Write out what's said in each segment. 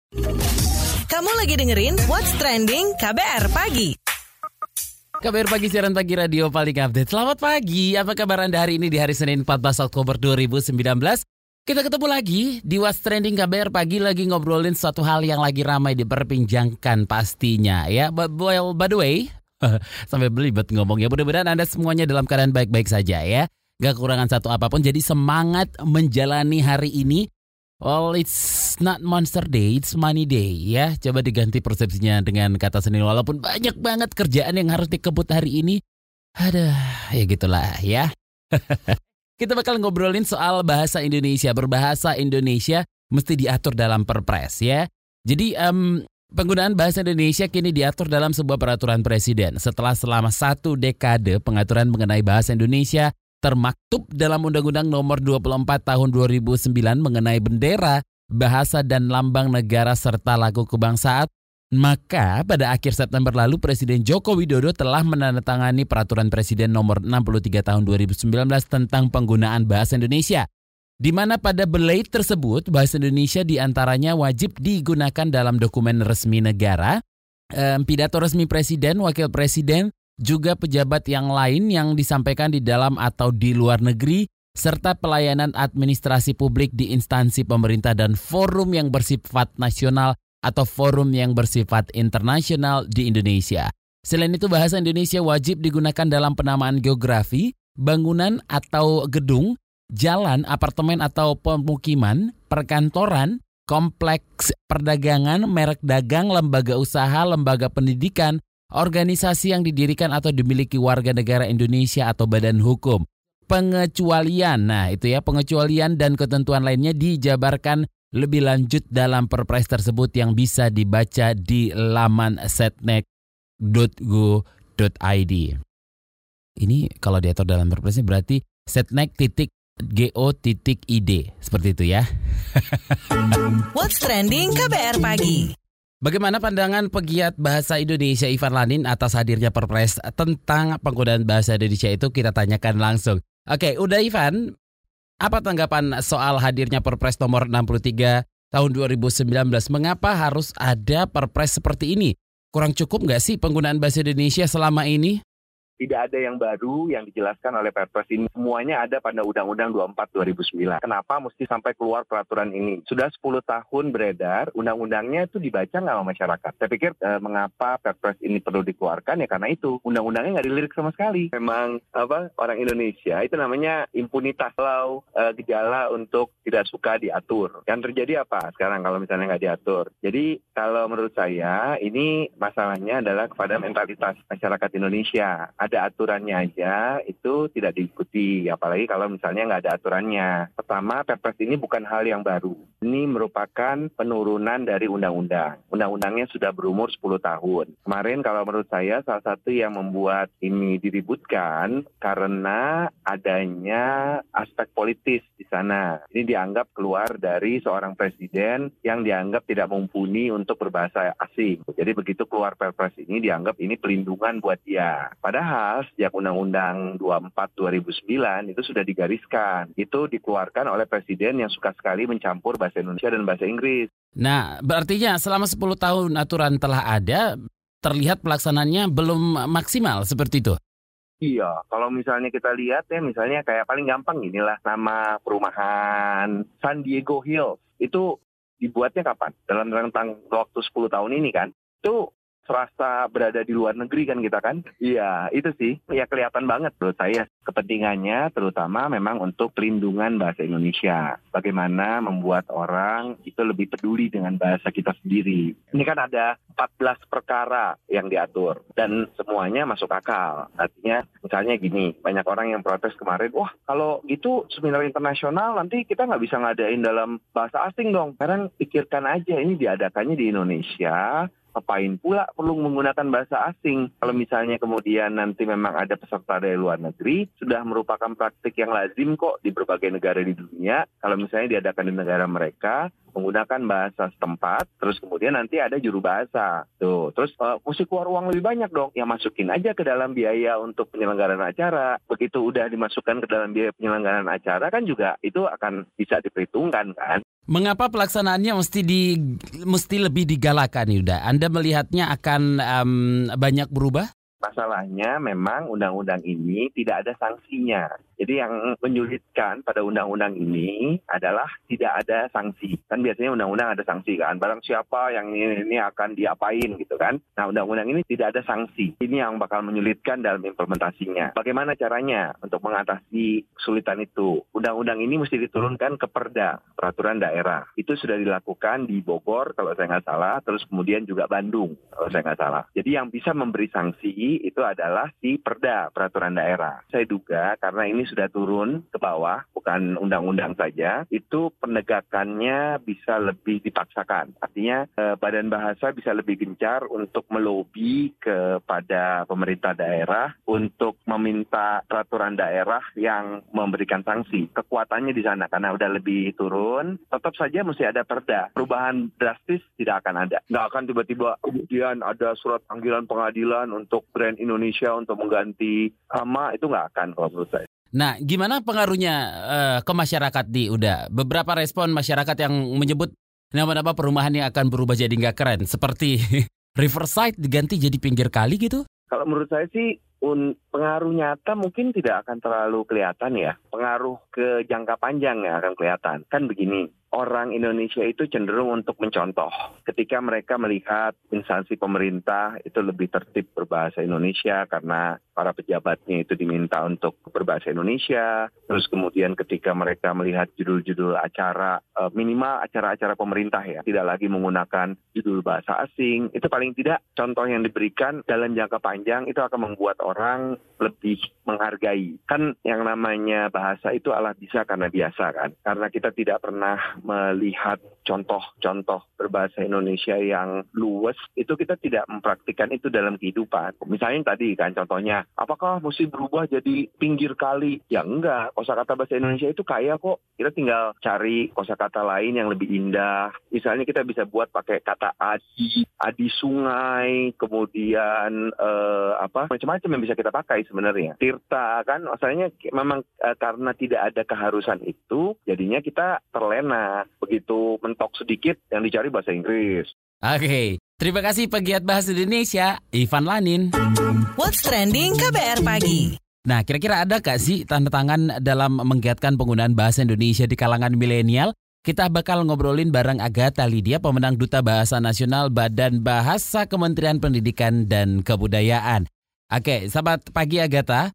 Kamu lagi dengerin What's Trending KBR Pagi. KBR Pagi, siaran pagi radio paling update. Selamat pagi, apa kabar Anda hari ini di hari Senin 14 Oktober 2019? Kita ketemu lagi di What's Trending KBR Pagi, lagi ngobrolin suatu hal yang lagi ramai diperbincangkan pastinya ya. Well, by the way, sampai belibet ngomong ya, mudah-mudahan Anda semuanya dalam keadaan baik-baik saja ya. Gak kekurangan satu apapun, jadi semangat menjalani hari ini. Well, it's not Monster Day, it's Money Day ya. Coba diganti persepsinya dengan kata seni. Walaupun banyak banget kerjaan yang harus dikebut hari ini, aduh, ya gitulah ya. Kita bakal ngobrolin soal bahasa Indonesia. Berbahasa Indonesia mesti diatur dalam Perpres ya. Jadi penggunaan bahasa Indonesia kini diatur dalam sebuah peraturan presiden. Setelah selama 1 dekade pengaturan mengenai bahasa Indonesia termaktub dalam Undang-Undang Nomor 24 Tahun 2009 mengenai bendera, bahasa dan lambang negara serta lagu kebangsaan, maka pada akhir September lalu Presiden Joko Widodo telah menandatangani Peraturan Presiden Nomor 63 Tahun 2019 tentang penggunaan bahasa Indonesia, di mana pada belai tersebut bahasa Indonesia diantaranya wajib digunakan dalam dokumen resmi negara, pidato resmi Presiden, Wakil Presiden, juga pejabat yang lain yang disampaikan di dalam atau di luar negeri, serta pelayanan administrasi publik di instansi pemerintah dan forum yang bersifat nasional atau forum yang bersifat internasional di Indonesia. Selain itu, bahasa Indonesia wajib digunakan dalam penamaan geografi, bangunan atau gedung, jalan, apartemen atau pemukiman, perkantoran, kompleks perdagangan, merek dagang, lembaga usaha, lembaga pendidikan, organisasi yang didirikan atau dimiliki warga negara Indonesia atau badan hukum. Pengecualian, nah itu ya, pengecualian dan ketentuan lainnya dijabarkan lebih lanjut dalam Perpres tersebut yang bisa dibaca di laman setnek.go.id. Ini kalau diatur dalam Perpresnya berarti setnek.go.id, seperti itu ya. What's Trending KBR Pagi. Bagaimana pandangan pegiat bahasa Indonesia Ivan Lanin atas hadirnya Perpres tentang penggunaan bahasa Indonesia itu kita tanyakan langsung. Oke, udah Ivan, apa tanggapan soal hadirnya Perpres nomor 63 tahun 2019? Mengapa harus ada Perpres seperti ini? Kurang cukup nggak sih penggunaan bahasa Indonesia selama ini? Tidak ada yang baru yang dijelaskan oleh Perpres ini. Semuanya ada pada Undang-Undang 24 2009. Kenapa mesti sampai keluar peraturan ini? Sudah 10 tahun beredar, undang-undangnya itu dibaca nggak sama masyarakat? Saya pikir mengapa Perpres ini perlu dikeluarkan ya karena itu. Undang-undangnya nggak dilirik sama sekali. Memang orang Indonesia itu namanya impunitas. Kalau gejala untuk tidak suka diatur. Yang terjadi apa sekarang kalau misalnya nggak diatur? Jadi kalau menurut saya ini masalahnya adalah kepada mentalitas masyarakat Indonesia. Ada aturannya aja itu tidak diikuti, apalagi kalau misalnya nggak ada aturannya. Pertama, Perpres ini bukan hal yang baru. Ini merupakan penurunan dari undang-undang. Undang-undangnya sudah berumur 10 tahun. Kemarin kalau menurut saya salah satu yang membuat ini diributkan karena adanya aspek politis di sana. Ini dianggap keluar dari seorang presiden yang dianggap tidak mumpuni untuk berbahasa asing. Jadi begitu keluar Perpres ini dianggap ini pelindungan buat dia. Padahal sejak Undang-Undang 24 2009 itu sudah digariskan. Itu dikeluarkan oleh presiden yang suka sekali mencampur bahasa Indonesia dan bahasa Inggris. Nah, berartinya selama 10 tahun aturan telah ada, terlihat pelaksananya belum maksimal seperti itu. Iya, kalau misalnya kita lihat ya, misalnya kayak paling gampang inilah nama perumahan San Diego Hills. Itu dibuatnya kapan? Dalam rentang waktu 10 tahun ini kan. Itu serasa berada di luar negeri kan kita kan. Iya, itu sih. Ya kelihatan banget menurut saya. Kepentingannya terutama memang untuk pelindungan bahasa Indonesia. Bagaimana membuat orang itu lebih peduli dengan bahasa kita sendiri. Ini kan ada 14 perkara yang diatur. Dan semuanya masuk akal. Artinya misalnya gini, banyak orang yang protes kemarin, wah kalau gitu seminar internasional nanti kita nggak bisa ngadain dalam bahasa asing dong. Karena pikirkan aja ini diadakannya di Indonesia. Ngapain pula perlu menggunakan bahasa asing? Kalau misalnya kemudian nanti memang ada peserta dari luar negeri, sudah merupakan praktik yang lazim kok di berbagai negara di dunia. Kalau misalnya diadakan di negara mereka, menggunakan bahasa setempat, terus kemudian nanti ada juru bahasa. Tuh, terus mesti keluar uang lebih banyak dong. Ya masukin aja ke dalam biaya untuk penyelenggaraan acara. Begitu udah dimasukkan ke dalam biaya penyelenggaraan acara kan juga itu akan bisa diperhitungkan kan. Mengapa pelaksanaannya mesti lebih digalakan, Yuda? Anda melihatnya akan banyak berubah? Masalahnya memang undang-undang ini tidak ada sanksinya. Jadi yang menyulitkan pada undang-undang ini adalah tidak ada sanksi. Kan biasanya undang-undang ada sanksi kan. Barang siapa yang ini akan diapain gitu kan. Nah undang-undang ini tidak ada sanksi. Ini yang bakal menyulitkan dalam implementasinya. Bagaimana caranya untuk mengatasi kesulitan itu? Undang-undang ini mesti diturunkan ke Perda, peraturan daerah. Itu sudah dilakukan di Bogor kalau saya nggak salah. Terus kemudian juga Bandung kalau saya nggak salah. Jadi yang bisa memberi sanksi itu adalah di Perda, peraturan daerah. Saya duga karena ini sudah turun ke bawah, bukan undang-undang saja, itu penegakannya bisa lebih dipaksakan. Artinya Badan Bahasa bisa lebih gencar untuk melobi kepada pemerintah daerah untuk meminta peraturan daerah yang memberikan sanksi. Kekuatannya di sana karena udah lebih turun, tetap saja mesti ada Perda. Perubahan drastis tidak akan ada. Nggak akan tiba-tiba kemudian ada surat panggilan pengadilan untuk brand Indonesia untuk mengganti nama, itu nggak akan kalau menurut saya. Nah, gimana pengaruhnya ke masyarakat Uda? Beberapa respon masyarakat yang menyebut nama-nama perumahan yang akan berubah jadi nggak keren, seperti Riverside diganti jadi pinggir kali gitu? Kalau menurut saya sih pengaruh nyata mungkin tidak akan terlalu kelihatan ya. Pengaruh ke jangka panjang yang akan kelihatan. Kan begini, orang Indonesia itu cenderung untuk mencontoh. Ketika mereka melihat instansi pemerintah itu lebih tertib berbahasa Indonesia karena para pejabatnya itu diminta untuk berbahasa Indonesia. Terus kemudian ketika mereka melihat judul-judul acara, minimal acara-acara pemerintah ya, tidak lagi menggunakan judul bahasa asing. Itu paling tidak contoh yang diberikan dalam jangka panjang itu akan membuat orang lebih menghargai. Kan yang namanya bahasa itu adalah bisa karena biasa kan. Karena kita tidak pernah melihat contoh-contoh berbahasa Indonesia yang luwes, itu kita tidak mempraktikkan itu dalam kehidupan. Misalnya tadi kan contohnya, apakah mesti berubah jadi pinggir kali? Ya enggak, kosakata bahasa Indonesia itu kaya kok. Kita tinggal cari kosakata lain yang lebih indah. Misalnya kita bisa buat pakai kata adi sungai, kemudian macam-macam yang bisa kita pakai sebenarnya. Tirta kan, asalnya memang karena tidak ada keharusan itu, jadinya kita terlena. Begitu mentok sedikit yang dicari bahasa Inggris. Oke, terima kasih pegiat bahasa Indonesia, Ivan Lanin. What's Trending KBR Pagi. Nah, kira-kira ada gak sih tanda tangan dalam menggiatkan penggunaan bahasa Indonesia di kalangan milenial? Kita bakal ngobrolin bareng Agatha Lydia, pemenang Duta Bahasa Nasional Badan Bahasa Kementerian Pendidikan dan Kebudayaan. Oke, selamat pagi Agatha.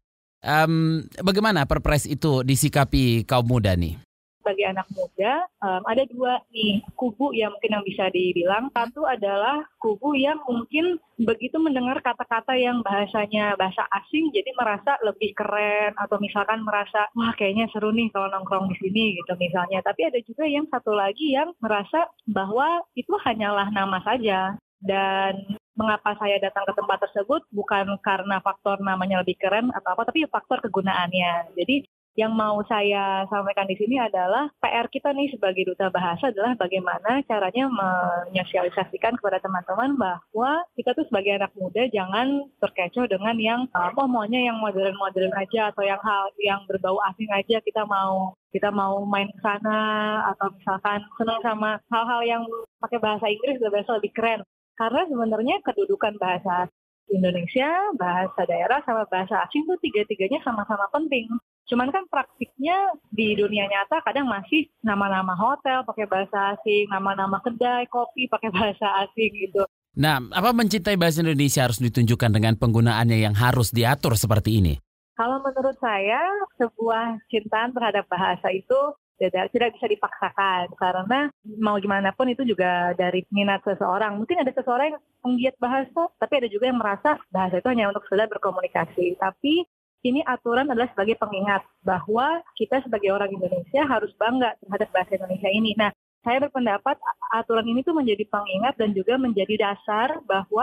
Bagaimana Perpres itu disikapi kaum muda nih? Bagi anak muda, ada dua nih kubu yang mungkin yang bisa dibilang. Satu adalah kubu yang mungkin begitu mendengar kata-kata yang bahasanya bahasa asing, jadi merasa lebih keren atau misalkan merasa wah kayaknya seru nih kalau nongkrong di sini gitu misalnya. Tapi ada juga yang satu lagi yang merasa bahwa itu hanyalah nama saja. Dan mengapa saya datang ke tempat tersebut bukan karena faktor namanya lebih keren atau apa, tapi faktor kegunaannya. Jadi yang mau saya sampaikan di sini adalah PR kita nih sebagai duta bahasa adalah bagaimana caranya menyosialisasikan kepada teman-teman bahwa kita tuh sebagai anak muda jangan terkecoh dengan yang maunya yang modern-modern aja atau yang hal yang berbau asing aja kita mau main ke sana atau misalkan senang sama hal-hal yang pakai bahasa Inggris udah berasa lebih keren. Karena sebenarnya kedudukan bahasa Indonesia, bahasa daerah sama bahasa asing tuh tiga-tiganya sama-sama penting. Cuman kan praktiknya di dunia nyata kadang masih nama-nama hotel pakai bahasa asing, nama-nama kedai kopi pakai bahasa asing gitu. Nah, apa mencintai bahasa Indonesia harus ditunjukkan dengan penggunaannya yang harus diatur seperti ini? Kalau menurut saya, sebuah cintaan terhadap bahasa itu tidak bisa dipaksakan. Karena mau gimana pun itu juga dari minat seseorang. Mungkin ada seseorang yang penggiat bahasa, tapi ada juga yang merasa bahasa itu hanya untuk sekedar berkomunikasi. Tapi ini aturan adalah sebagai pengingat bahwa kita sebagai orang Indonesia harus bangga terhadap bahasa Indonesia ini. Nah, saya berpendapat aturan ini tuh menjadi pengingat dan juga menjadi dasar bahwa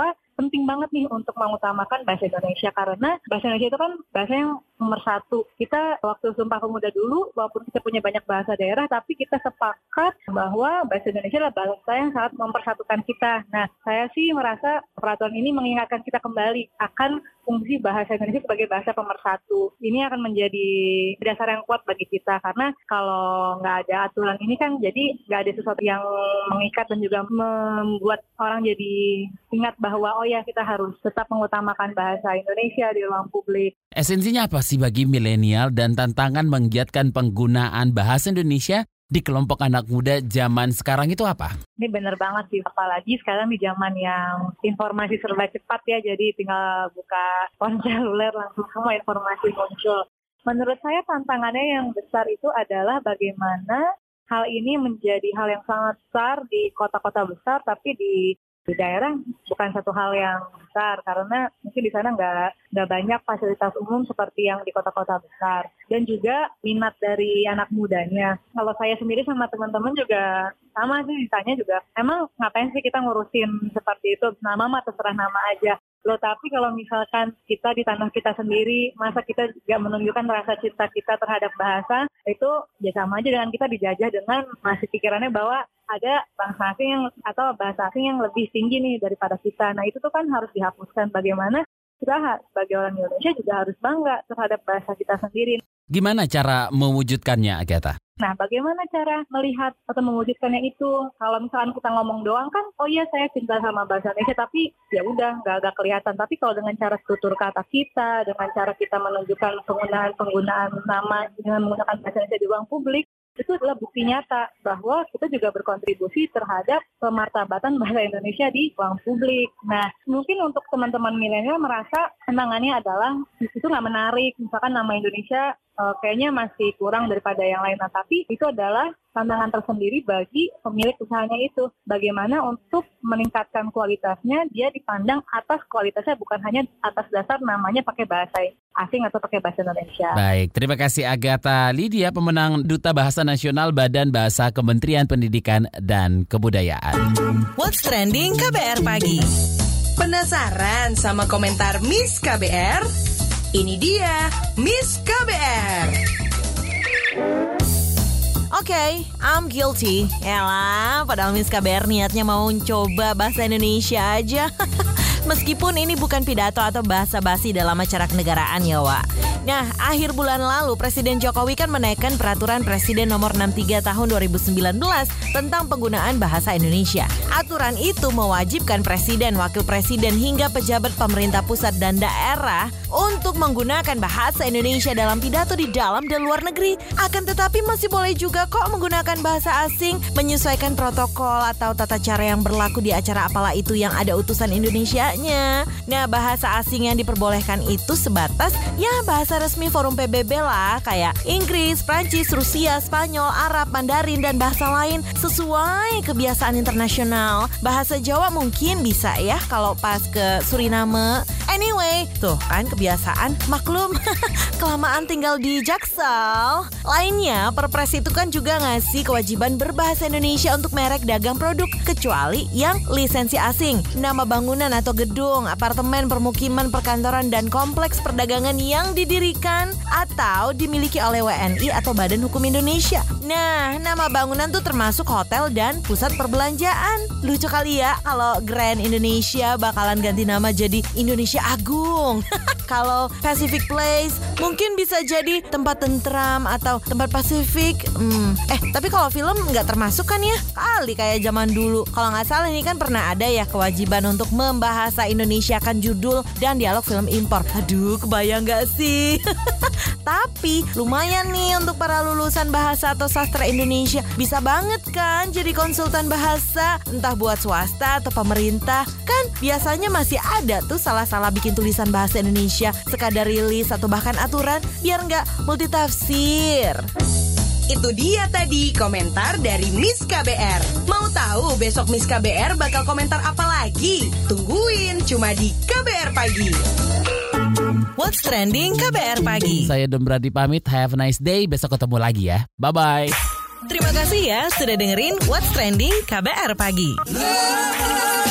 penting banget nih untuk mengutamakan bahasa Indonesia, karena bahasa Indonesia itu kan bahasa yang nomor satu. Kita waktu Sumpah Pemuda dulu, walaupun kita punya banyak bahasa daerah, tapi kita sepakat bahwa bahasa Indonesia adalah bahasa yang sangat mempersatukan kita. Nah, saya sih merasa peraturan ini mengingatkan kita kembali akan fungsi bahasa Indonesia sebagai bahasa pemersatu. Ini akan menjadi dasar yang kuat bagi kita, karena kalau nggak ada aturan ini kan jadi nggak ada sesuatu yang mengikat dan juga membuat orang jadi ingat bahwa oh ya, kita harus tetap mengutamakan bahasa Indonesia di ruang publik. Esensinya apa sih bagi milenial dan tantangan menggiatkan penggunaan bahasa Indonesia di kelompok anak muda zaman sekarang itu apa? Ini benar banget sih, apalagi sekarang di zaman yang informasi serba cepat ya, jadi tinggal buka ponsel seluler langsung semua informasi muncul. Menurut saya tantangannya yang besar itu adalah bagaimana hal ini menjadi hal yang sangat besar di kota-kota besar, tapi di daerah bukan satu hal yang besar, karena mungkin di sana nggak banyak fasilitas umum seperti yang di kota-kota besar, dan juga minat dari anak mudanya. Kalau saya sendiri sama teman-teman juga sama sih, ditanya juga, emang ngapain sih kita ngurusin seperti itu, nama mah terserah nama aja. Loh, tapi kalau misalkan kita di tanah kita sendiri, masa kita nggak menunjukkan rasa cinta kita terhadap bahasa, itu ya sama aja dengan kita dijajah dengan masih pikirannya bahwa ada bangsa asing yang atau bahasa asing yang lebih tinggi nih daripada kita. Nah, itu tuh kan harus dihapuskan. Bagaimana kita sebagai orang Indonesia juga harus bangga terhadap bahasa kita sendiri. Gimana cara mewujudkannya, Agatha? Nah, bagaimana cara melihat atau mewujudkannya itu? Kalau misalkan kita ngomong doang kan, oh iya saya cinta sama bahasa Indonesia, tapi ya udah nggak kelihatan. Tapi kalau dengan cara tutur kata kita, dengan cara kita menunjukkan penggunaan nama dengan menggunakan bahasa Indonesia di ruang publik, itu adalah bukti nyata bahwa kita juga berkontribusi terhadap pemartabatan bahasa Indonesia di ruang publik. Nah, mungkin untuk teman-teman milenial merasa tantangannya adalah itu nggak menarik, misalkan nama Indonesia kayaknya masih kurang daripada yang lain. Nah, tapi itu adalah tantangan tersendiri bagi pemilik usahanya itu. Bagaimana untuk meningkatkan kualitasnya, dia dipandang atas kualitasnya, bukan hanya atas dasar namanya pakai bahasa asing atau pakai bahasa Indonesia. Baik, terima kasih Agatha Lydia, pemenang Duta Bahasa Nasional Badan Bahasa Kementerian Pendidikan dan Kebudayaan. What's Trending KBR Pagi. Penasaran sama komentar Miss KBR? Ini dia Miss KBR. Oke, I'm guilty. Yalah, padahal Miss KBR niatnya mau coba bahasa Indonesia aja. Meskipun ini bukan pidato atau bahasa basi dalam acara kenegaraan ya, Wak. Nah, akhir bulan lalu Presiden Jokowi kan menaikkan peraturan Presiden nomor 63 tahun 2019 tentang penggunaan bahasa Indonesia. Aturan itu mewajibkan Presiden, Wakil Presiden hingga pejabat pemerintah pusat dan daerah untuk menggunakan bahasa Indonesia dalam pidato di dalam dan luar negeri. Akan tetapi masih boleh juga kok menggunakan bahasa asing, menyesuaikan protokol atau tata cara yang berlaku di acara apalah itu yang ada utusan Indonesianya. Nah, bahasa asing yang diperbolehkan itu sebatas ya bahasa resmi forum PBB lah, kayak Inggris, Prancis, Rusia, Spanyol, Arab, Mandarin, dan bahasa lain sesuai kebiasaan internasional. Bahasa Jawa mungkin bisa ya kalau pas ke Suriname. Anyway, tuh kan kebiasaan, maklum kelamaan tinggal di Jaksel. Lainnya, Perpres itu kan juga ngasih kewajiban berbahasa Indonesia untuk merek dagang produk, kecuali yang lisensi asing. Nama bangunan atau gedung, apartemen, permukiman, perkantoran, dan kompleks perdagangan yang didirikan atau dimiliki oleh WNI atau Badan Hukum Indonesia. Nah, nama bangunan tuh termasuk hotel dan pusat perbelanjaan. Lucu kali ya kalau Grand Indonesia bakalan ganti nama jadi Indonesia Agung. Kalau Pacific Place mungkin bisa jadi tempat tentram atau tempat Pasifik. Tapi kalau film nggak termasuk kan ya? Kali kayak zaman dulu. Kalau nggak salah ini kan pernah ada ya kewajiban untuk membahasa Indonesiakan judul dan dialog film impor. Aduh, kebayang nggak sih? Tapi lumayan nih untuk para lulusan bahasa atau sastra Indonesia. Bisa banget kan jadi konsultan bahasa, entah buat swasta atau pemerintah. Kan biasanya masih ada tuh salah-salah bikin tulisan bahasa Indonesia, sekadar rilis atau bahkan aturan, biar nggak multitafsir. Itu dia tadi komentar dari Miss KBR. Mau tahu besok Miss KBR bakal komentar apa lagi? Tungguin cuma di KBR Pagi. What's Trending KBR Pagi. Saya Don Brady pamit, have a nice day. Besok ketemu lagi ya. Bye-bye. Terima kasih ya sudah dengerin What's Trending KBR Pagi.